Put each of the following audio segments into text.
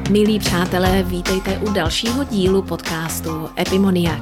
Milí přátelé, vítejte u dalšího dílu podcastu Epimoniak.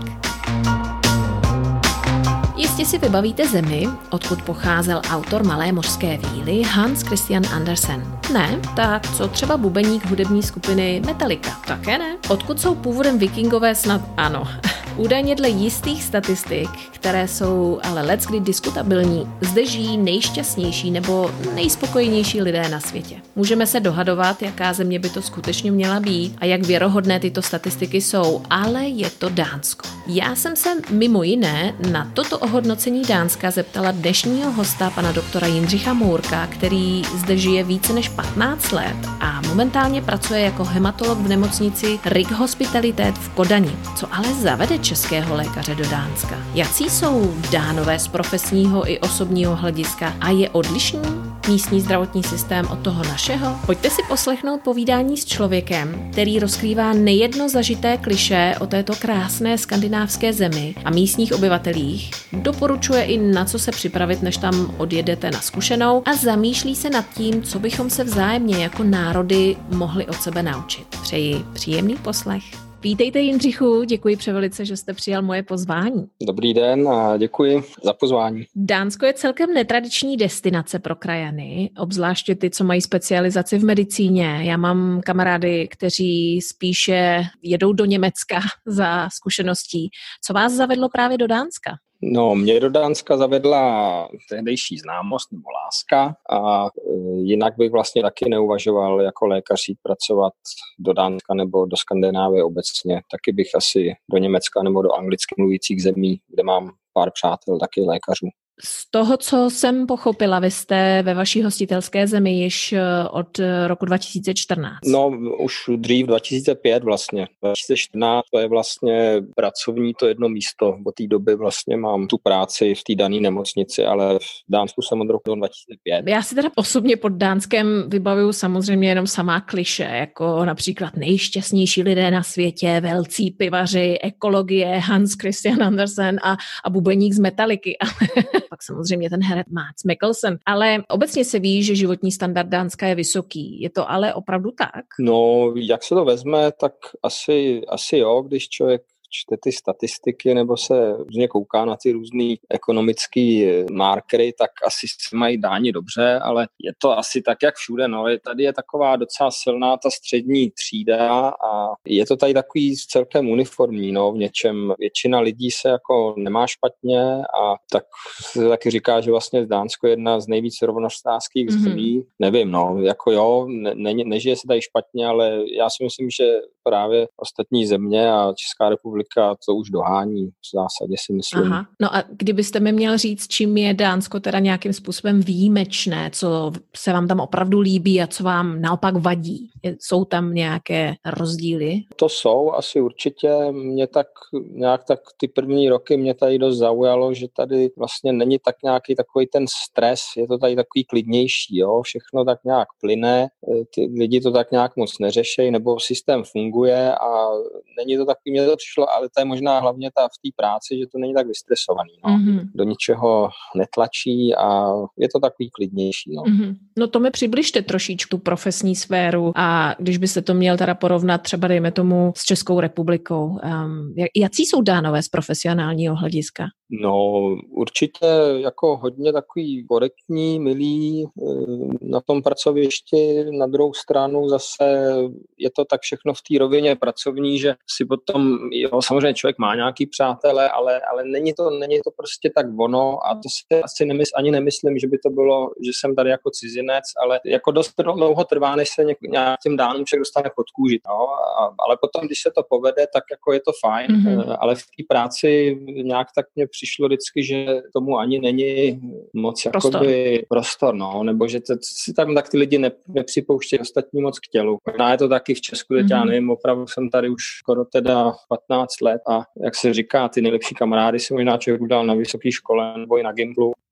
Jistě si vybavíte zemi, odkud pocházel autor Malé mořské víly Hans Christian Andersen. Ne? Tak co třeba bubeník hudební skupiny Metallica? Také ne? Odkud jsou původem vikingové snad? Ano. Údajně dle jistých statistik, které jsou ale leckdy diskutabilní, zde žijí nejšťastnější nebo nejspokojenější lidé na světě. Můžeme se dohadovat, jaká země by to skutečně měla být a jak věrohodné tyto statistiky jsou, ale je to Dánsko. Já jsem se mimo jiné na toto ohodnocení Dánska zeptala dnešního hosta, pana doktora Jindřicha Mourka, který zde žije více než 15 let a momentálně pracuje jako hematolog v nemocnici Rig Hospitalitet v Kodani. Co ale zavede českého lékaře do Dánska? Jací jsou Dánové z profesního i osobního hlediska a je odlišný místní zdravotní systém od toho našeho? Pojďte si poslechnout povídání s člověkem, který rozkrývá nejedno zažité klišé o této krásné skandinávské zemi a místních obyvatelích, doporučuje i na co se připravit, než tam odjedete na zkušenou a zamýšlí se nad tím, co bychom se vzájemně jako národy mohli od sebe naučit. Přeji příjemný poslech. Vítejte, Jindřichu, děkuji převelice, že jste přijal moje pozvání. Dobrý den a děkuji za pozvání. Dánsko je celkem netradiční destinace pro krajany, obzvláště ty, co mají specializaci v medicíně. Já mám kamarády, kteří spíše jedou do Německa za zkušeností. Co vás zavedlo právě do Dánska? No, mě do Dánska zavedla tehdejší známost nebo láska a jinak bych vlastně taky neuvažoval jako lékař jít pracovat do Dánska nebo do Skandinávie obecně. Taky bych asi do Německa nebo do anglicky mluvících zemí, kde mám pár přátel, taky lékařů. Z toho, co jsem pochopila, vy jste ve vaší hostitelské zemi již od roku 2014. No, už dřív 2005 vlastně. 2014 to je vlastně pracovní to jedno místo. Od té doby vlastně mám tu práci v té dané nemocnici, ale v Dánsku jsem od roku 2005. Já si teda osobně pod Dánskem vybavuju samozřejmě jenom samá kliše, jako například nejšťastnější lidé na světě, velcí pivaři, ekologie, Hans Christian Andersen a bubeník z Metalliky. Pak samozřejmě ten herec Mads Mikkelsen. Ale obecně se ví, že životní standard Dánska je vysoký. Je to ale opravdu tak? No, jak se to vezme, tak asi jo, když člověk čte ty statistiky nebo se různě kouká na ty různý ekonomický markery, tak asi se mají Dáni dobře, ale je to asi tak, jak všude. No. Tady je taková docela silná ta střední třída a je to tady takový celkem uniformní, no, v něčem. Většina lidí se jako nemá špatně a tak se taky říká, že vlastně Dánsko je jedna z nejvíc rovnostářských zemí. Nevím, no, jako jo, nežije se tady špatně, ale já si myslím, že právě ostatní země a Česká republika to už dohání, v zásadě si myslím. Aha. No a kdybyste mi měl říct, čím je Dánsko teda nějakým způsobem výjimečné, co se vám tam opravdu líbí a co vám naopak vadí? Jsou tam nějaké rozdíly? To jsou asi určitě. Mě tak nějak tak ty první roky mě tady dost zaujalo, že tady vlastně není tak nějaký takový ten stres, je to tady takový klidnější, jo? Všechno tak nějak plyne, ty lidi to tak nějak moc neřešejí, nebo systém funguje a není to takový, mě to přišlo, ale to je možná hlavně v té práci, že to není tak vystresovaný. No. Do ničeho netlačí a je to takový klidnější. No. No to mi přibližte trošičku tu profesní sféru a když byste to měl teda porovnat třeba dejme tomu s Českou republikou. Jací jsou Dánové z profesionálního hlediska? No určitě jako hodně takový korektní, milý na tom pracovišti. Na druhou stranu zase je to tak všechno v té rovině pracovní, že si potom, jo, samozřejmě člověk má nějaký přátelé, ale není to prostě tak ono a to si asi ani nemyslím, že by to bylo, že jsem tady jako cizinec, ale jako dost dlouho trvá, než se nějak těm Dánům člověk dostane pod kůži, no, ale potom, když se to povede, tak jako je to fajn, ale v té práci nějak tak mě přišlo vždycky, že tomu ani není moc jakoby prostor, no, nebo že si tam tak ty lidi nepřipouštějí ostatní moc k tělu. Možná je to taky v Česku, teď já nevím, opravdu jsem tady už skoro teda 15 let a jak se říká, ty nejlepší kamarády si možná člověk udal na vysoké škole nebo i na Gimplu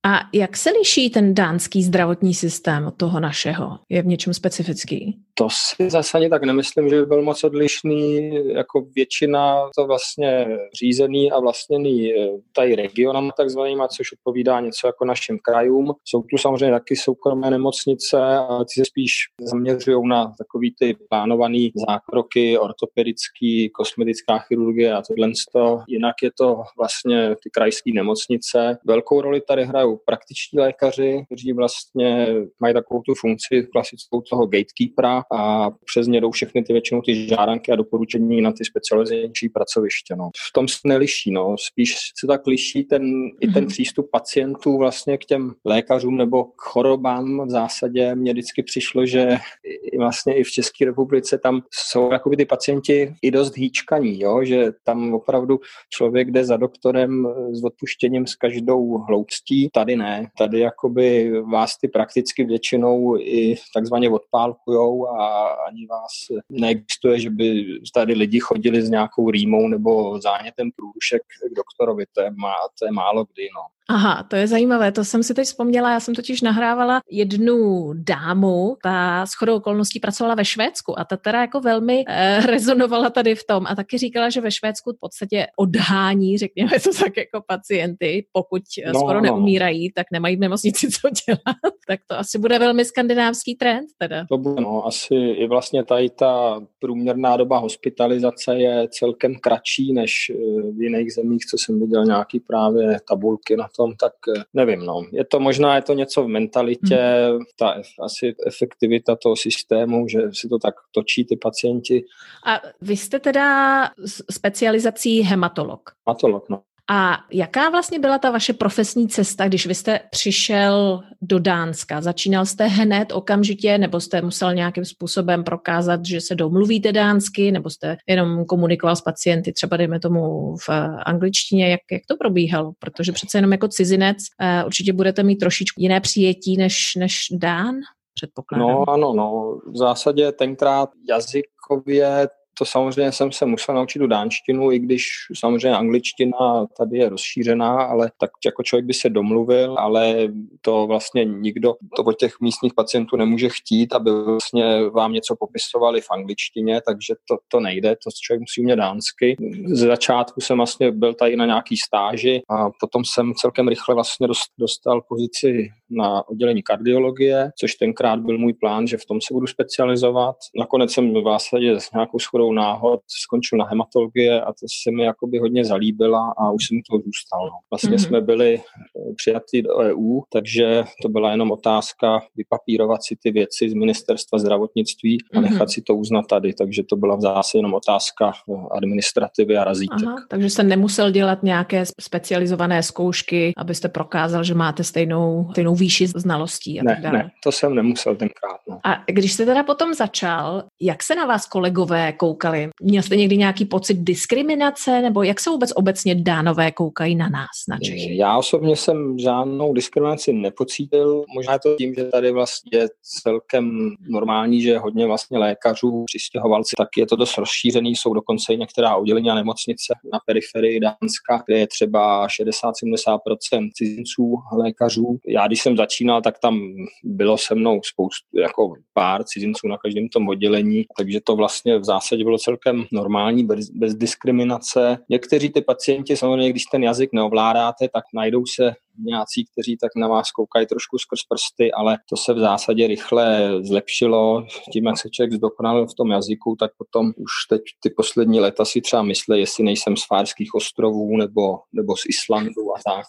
A jak se liší ten dánský zdravotní systém od toho našeho? Je v něčem specifický? To si zase tak nemyslím, že by byl moc odlišný, jako většina to vlastně řízený a vlastněný tady regionama takzvanýma, což odpovídá něco jako našim krajům. Jsou tu samozřejmě taky soukromé nemocnice, ale ty se spíš zaměřují na takový ty plánovaný zákroky, ortopedický, kosmetická chirurgie a tohle. Jinak je to vlastně ty krajské nemocnice. Velkou roli tady hrajou praktičtí lékaři, kteří vlastně mají takovou tu funkci klasickou toho gatekeepera a přes ně jdou všechny ty většinou ty žádanky a doporučení na ty specializovanější pracoviště. No. V tom se neliší, no. Spíš se tak liší i ten přístup pacientů vlastně k těm lékařům nebo k chorobám. V zásadě mně vždycky přišlo, že vlastně i v České republice tam jsou jakoby ty pacienti i dost hýčkaní, jo? Že tam opravdu člověk jde za doktorem s odpuštěním s každou hloupstí. Tady ne. Tady jakoby vás ty prakticky většinou i takzvaně odpálkujou a ani vás neexistuje, že by tady lidi chodili s nějakou rýmou nebo zánětem průdušek k doktorovi. To je málo kdy, no. Aha, to je zajímavé, to jsem si teď vzpomněla, já jsem totiž nahrávala jednu dámu, ta shodou okolností pracovala ve Švédsku a ta teda jako velmi rezonovala tady v tom a taky říkala, že ve Švédsku v podstatě odhání, řekněme to tak jako pacienty, pokud skoro neumírají, tak nemají v nemocnici co dělat, tak to asi bude velmi skandinávský trend teda. To bude, no, asi i vlastně tady ta průměrná doba hospitalizace je celkem kratší než v jiných zemích, co jsem viděl nějaký právě tabulky na tom, tak nevím, no. Je to něco v mentalitě, ta asi efektivita toho systému, že si to tak točí ty pacienti. A vy jste teda specializací hematolog. Hematolog, no. A jaká vlastně byla ta vaše profesní cesta, když vy jste přišel do Dánska? Začínal jste hned okamžitě, nebo jste musel nějakým způsobem prokázat, že se domluvíte dánsky, nebo jste jenom komunikoval s pacienty, třeba dejme tomu v angličtině, jak to probíhalo? Protože přece jenom jako cizinec určitě budete mít trošičku jiné přijetí než Dán, předpokládám. No ano, no. V zásadě tenkrát jazykově to samozřejmě jsem se musel naučit tu dánštinu, i když samozřejmě angličtina tady je rozšířená, ale tak jako člověk by se domluvil, ale to vlastně nikdo to od těch místních pacientů nemůže chtít, aby vlastně vám něco popisovali v angličtině, takže to nejde, to člověk musí umět dánsky. Z začátku jsem vlastně byl tady na nějaký stáži a potom jsem celkem rychle vlastně dostal pozici na oddělení kardiologie, což tenkrát byl můj plán, že v tom se budu specializovat. Nakonec jsem v zásadě s nějakou shodou náhod skončil na hematologie a to se mi jakoby hodně zalíbila a už jsem to zůstal. Vlastně jsme byli přijatí do EU, takže to byla jenom otázka vypapírovat si ty věci z ministerstva zdravotnictví a nechat si to uznat tady, takže to byla v zásadě jenom otázka administrativy a razítek. Aha, takže jste nemusel dělat nějaké specializované zkoušky, abyste prokázal, že máte stejnou výši znalostí a tak dále. Ne, to jsem nemusel tenkrát. No. A když jste teda potom začal, jak se na vás kolegové koukali? Měl jste někdy nějaký pocit diskriminace, nebo jak se vůbec obecně Dánové koukají na nás, na Čechy? Já osobně jsem žádnou diskriminaci nepocítil. Možná je to tím, že tady vlastně je celkem normální, že hodně vlastně lékařů, přistěhovalci, tak je to dost rozšířený, jsou dokonce i některá oddělení a nemocnice na periferii Dánska, kde je třeba 60-70% cizinců lékařů. Já když jsem začínal, tak tam bylo se mnou spoustu, jako pár cizinců na každém tom oddělení, takže to vlastně v zásadě bylo celkem normální, bez diskriminace. Někteří ty pacienti, samozřejmě, když ten jazyk neovládáte, tak najdou se nějací, kteří tak na vás koukají trošku skrz prsty, ale to se v zásadě rychle zlepšilo. Tím, jak se člověk zdokonalil v tom jazyku, tak potom už teď ty poslední léta si třeba myslí, jestli nejsem z Fárských ostrovů nebo z Islandu a tak.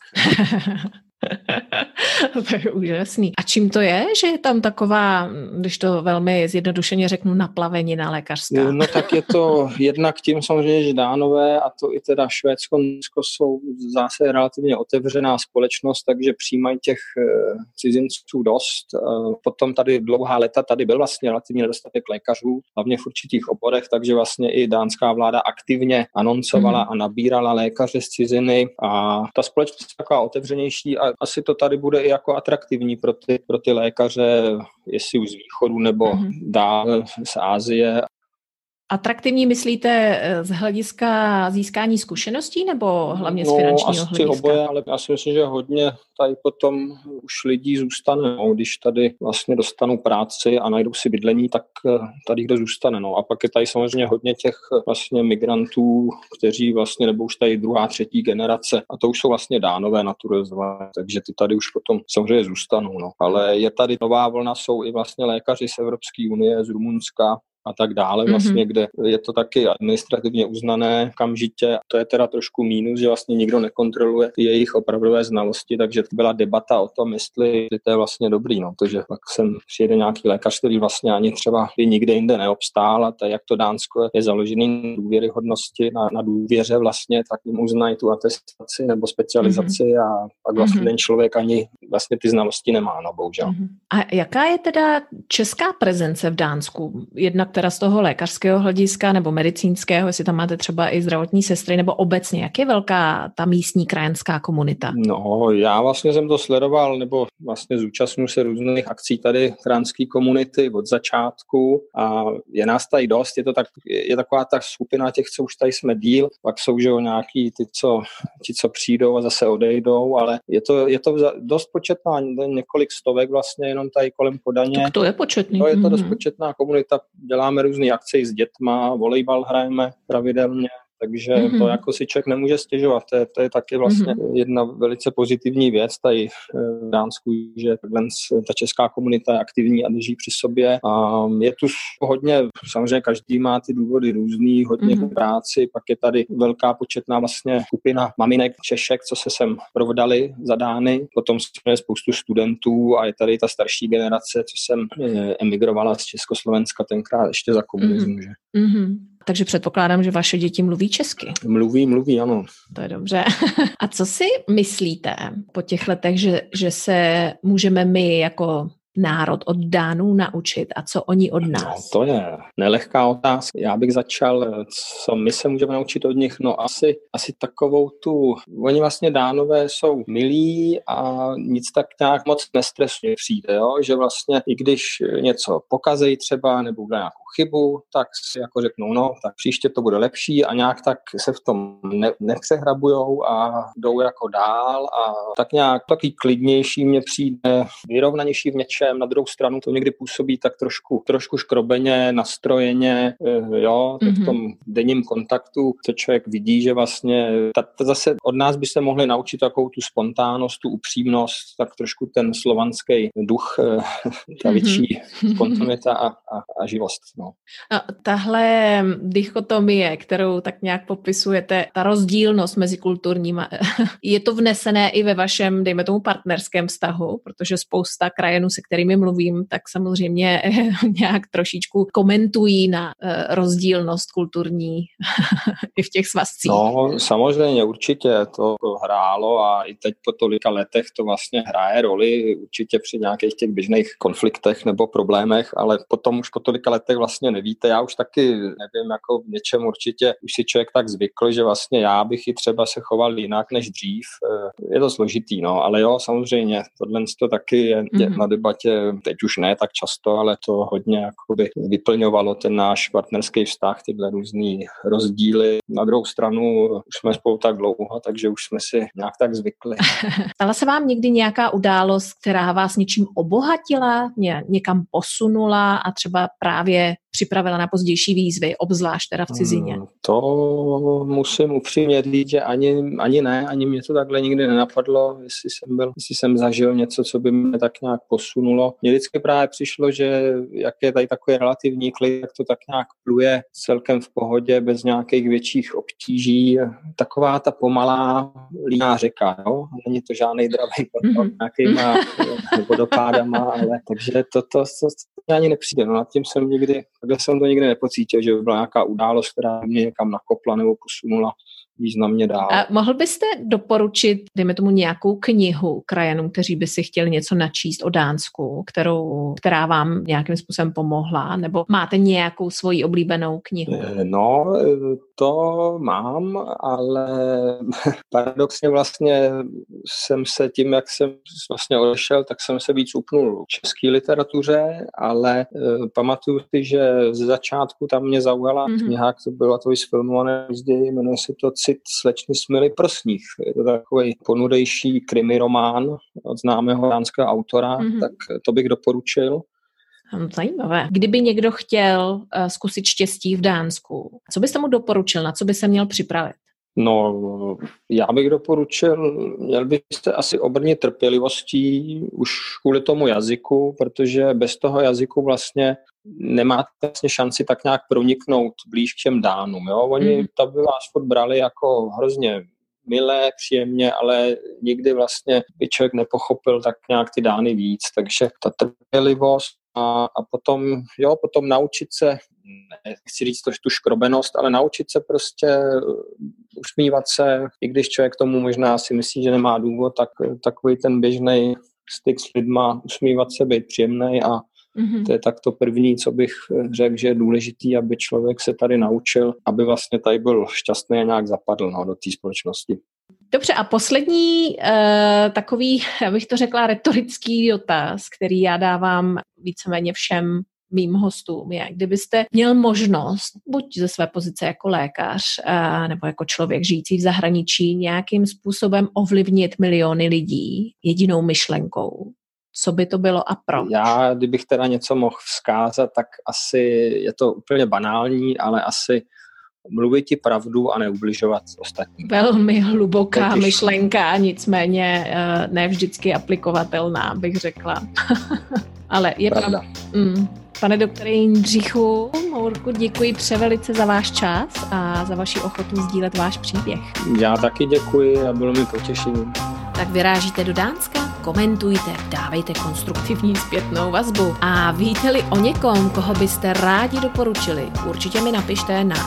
To je úžasný. A čím to je, že je tam taková, když to velmi zjednodušeně řeknu, naplavenina lékařská? No tak je to jednak tím samozřejmě, že Dánové a to i teda Švédsko jsou zase relativně otevřená společnost, takže přijímají těch cizinců dost. Potom tady dlouhá léta tady byl vlastně relativně nedostatek lékařů, hlavně v určitých oborech, takže vlastně i dánská vláda aktivně anoncovala a nabírala lékaře z ciziny a ta společnost je taková otevřenější a asi to tady bude i jako atraktivní pro ty lékaře, jestli už z východu nebo dál z Asie. Atraktivní myslíte z hlediska získání zkušeností nebo hlavně z finančního hlediska? Asi oboje, ale já si myslím, že hodně tady potom už lidí zůstane. No. Když tady vlastně dostanou práci a najdou si bydlení, tak tady kde zůstane. No. A pak je tady samozřejmě hodně těch vlastně migrantů, kteří vlastně, nebo už tady druhá, třetí generace, a to už jsou vlastně Dánové naturalizované, takže ty tady už potom samozřejmě zůstanou. No. Ale je tady nová vlna, jsou i vlastně lékaři z Evropské unie, z Rumunska a tak dále, vlastně, kde je to taky administrativně uznané kamžitě. To je teda trošku mínus, že vlastně nikdo nekontroluje jejich opravdové znalosti, takže byla debata o tom, jestli to je vlastně dobrý. No. Takže pak sem přijede nějaký lékař, který vlastně ani třeba by nikde jinde neobstál, a tak jak to Dánsko je založený na důvěryhodnosti, na důvěře vlastně, tak jim uznají tu atestaci nebo specializaci a pak vlastně ten člověk ani vlastně ty znalosti nemá, no bohužel. A jaká je teda česká prezence v Dánsku? Jednak teda z toho lékařského hlediska nebo medicínského, jestli tam máte třeba i zdravotní sestry, nebo obecně, jak je velká ta místní krajenská komunita? No, já vlastně jsem to sledoval, nebo vlastně zúčastňuji se různých akcí tady krajanské komunity od začátku a je nás tady dost, je taková ta skupina těch, co už tady jsme díl, pak jsou že nějaký ti, co přijdou a zase odejdou, ale je to dost početná, několik stovek vlastně jenom tady kolem Kodaně. Tak to je početný. To je to dost početná komunita, děláme různé akce s dětma, volejbal hrajeme pravidelně, takže to jako si člověk nemůže stěžovat. To je taky vlastně jedna velice pozitivní věc tady v Dánsku, že ta česká komunita je aktivní a drží při sobě. A je tu hodně, samozřejmě každý má ty důvody různý, hodně práci, pak je tady velká početná vlastně skupina maminek Češek, co se sem provdali za Dány. Potom jsme spoustu studentů a je tady ta starší generace, co sem emigrovala z Československa tenkrát ještě za komunismu. Takže předpokládám, že vaše děti mluví česky. Mluví, ano. To je dobře. A co si myslíte po těch letech, že se můžeme my jako národ od Dánů naučit a co oni od nás? No, to je nelehká otázka. Já bych začal, co my se můžeme naučit od nich. No asi takovou oni vlastně Dánové jsou milí a nic tak nějak moc nestresuje přijde, jo? Že vlastně i když něco pokazejí třeba nebo udělají nějakou chybu, tak si jako řeknou, no, tak příště to bude lepší a nějak tak se v tom nepřehrabujou a jdou jako dál a tak nějak taky klidnější mně přijde, vyrovnanější v něčem. Na druhou stranu to někdy působí tak trošku škrobeně, nastrojeně, jo, v tom denním kontaktu, to člověk vidí, že vlastně zase od nás by se mohli naučit takovou tu spontánnost, tu upřímnost, tak trošku ten slovanský duch, ta větší spontanita a živost. No. A tahle dichotomie, kterou tak nějak popisujete, ta rozdílnost mezi kulturníma, je to vnesené i ve vašem, dejme tomu, partnerském vztahu, protože spousta krajanů, se kterými mluvím, tak samozřejmě nějak trošičku komentují na rozdílnost kulturní i v těch svazcích. No, samozřejmě, určitě to hrálo a i teď po tolika letech to vlastně hraje roli určitě při nějakých těch běžných konfliktech nebo problémech, ale potom už po tolika letech vlastně nevíte. Já už taky nevím, jako v něčem určitě už si člověk tak zvykl, že vlastně já bych i třeba se choval jinak než dřív. Je to složitý, no, ale jo, samozřejmě, tohle to taky je na debatě, teď už ne tak často, ale to hodně jakoby vyplňovalo ten náš partnerský vztah, tyhle různý rozdíly. Na druhou stranu už jsme spolu tak dlouho, takže už jsme si nějak tak zvykli. Stala se vám někdy nějaká událost, která vás něčím obohatila, někam posunula a třeba právě připravila na pozdější výzvy, obzvlášť teda v cizině? To musím upřímně říct, že ani mě to takhle nikdy nenapadlo, jestli jsem zažil něco, co by mě tak nějak posunulo. Mně vždycky právě přišlo, že jak je tady takový relativní klid, tak to tak nějak pluje celkem v pohodě, bez nějakých větších obtíží. Taková ta pomalá líná řeka, jo? Není to žádný dravý potok, nějakýma vodopádama, ale takže to ani nepřijde. No, nad tím takhle jsem to nikdy nepocítil, že by byla nějaká událost, která mě někam nakopla nebo posunula. významně dál. A mohl byste doporučit, dejme tomu, nějakou knihu krajanům, kteří by si chtěli něco načíst o Dánsku, která vám nějakým způsobem pomohla, nebo máte nějakou svoji oblíbenou knihu? No, to mám, ale paradoxně vlastně jsem se tím, jak jsem vlastně odešel, tak jsem se víc upnul v české literatuře, ale pamatuju si, že ze začátku tam mě zaujala kniha, to byla to zfilmované jízdy, jmenuje se to Cit slečny Smily pro sníh. Je to takový ponudejší krimi román od známého dánského autora, tak to bych doporučil. Zajímavé. Kdyby někdo chtěl zkusit štěstí v Dánsku, co byste mu doporučil, na co by se měl připravit? No, já bych doporučil, měl byste asi obrnit trpělivostí už kvůli tomu jazyku, protože bez toho jazyku vlastně nemáte vlastně šanci tak nějak proniknout blíž k těm Dánům. Jo? Oni to by vás furt brali jako hrozně milé, příjemně, ale nikdy vlastně by člověk nepochopil tak nějak ty Dány víc. Takže ta trpělivost a potom naučit se, nechci říct tu škrobenost, ale naučit se prostě usmívat se, i když člověk tomu možná si myslí, že nemá důvod, tak takový ten běžný styk s lidma, usmívat se, být příjemnej a to je tak to první, co bych řekl, že je důležitý, aby člověk se tady naučil, aby vlastně tady byl šťastný a nějak zapadl do té společnosti. Dobře, a poslední takový, abych to řekla, retorický dotaz, který já dávám víceméně všem mým hostům, je, kdybyste měl možnost, buď ze své pozice jako lékař, nebo jako člověk žijící v zahraničí, nějakým způsobem ovlivnit miliony lidí jedinou myšlenkou, co by to bylo a proč? Já, kdybych teda něco mohl vzkázat, tak asi je to úplně banální, ale asi mluvit ti pravdu a neubližovat ostatním. Velmi hluboká myšlenka, nicméně ne vždycky aplikovatelná, bych řekla. Ale je pravda. Pane doktore Jindřichu Mourku, děkuji převelice za váš čas a za vaši ochotu sdílet váš příběh. Já taky děkuji a bylo mi potěšením. Tak vyrážíte do Dánska? Komentujte, dávejte konstruktivní zpětnou vazbu. A víte-li o někom, koho byste rádi doporučili, určitě mi napište na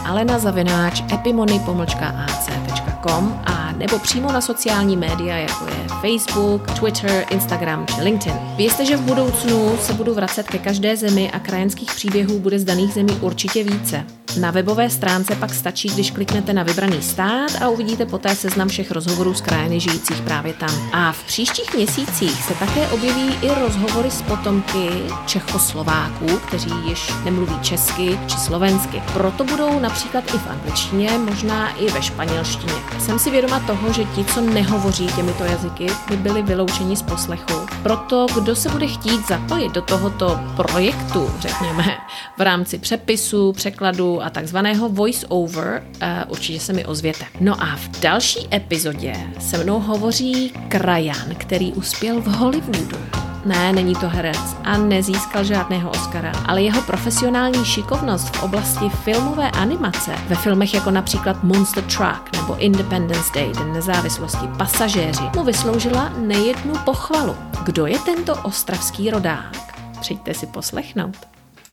alena@epimony.ac.com a nebo přímo na sociální média, jako je Facebook, Twitter, Instagram či LinkedIn. Vězte, že v budoucnu se budu vracet ke každé zemi a krajanských příběhů bude z daných zemí určitě více. Na webové stránce pak stačí, když kliknete na vybraný stát a uvidíte poté seznam všech rozhovorů s krajany žijících právě tam. A v příštích měsících se také objeví i rozhovory s potomky Čechoslováků, kteří již nemluví česky či slovensky. Proto budou například i v angličtině, možná i ve španělštině. Jsem si vědoma toho, že ti, co nehovoří těmito jazyky, by byli vyloučeni z poslechu. Proto, kdo se bude chtít zapojit do tohoto projektu, řekněme, v rámci přepisu, překladu a takzvaného voice-over, určitě se mi ozvěte. No a v další epizodě se mnou hovoří krajan, který uspěl v Hollywoodu. Ne, není to herec a nezískal žádného Oscara, ale jeho profesionální šikovnost v oblasti filmové animace ve filmech jako například Monster Truck nebo Independence Day, Den nezávislosti, Pasažéři, mu vysloužila nejednu pochvalu. Kdo je tento ostravský rodák? Přijďte si poslechnout.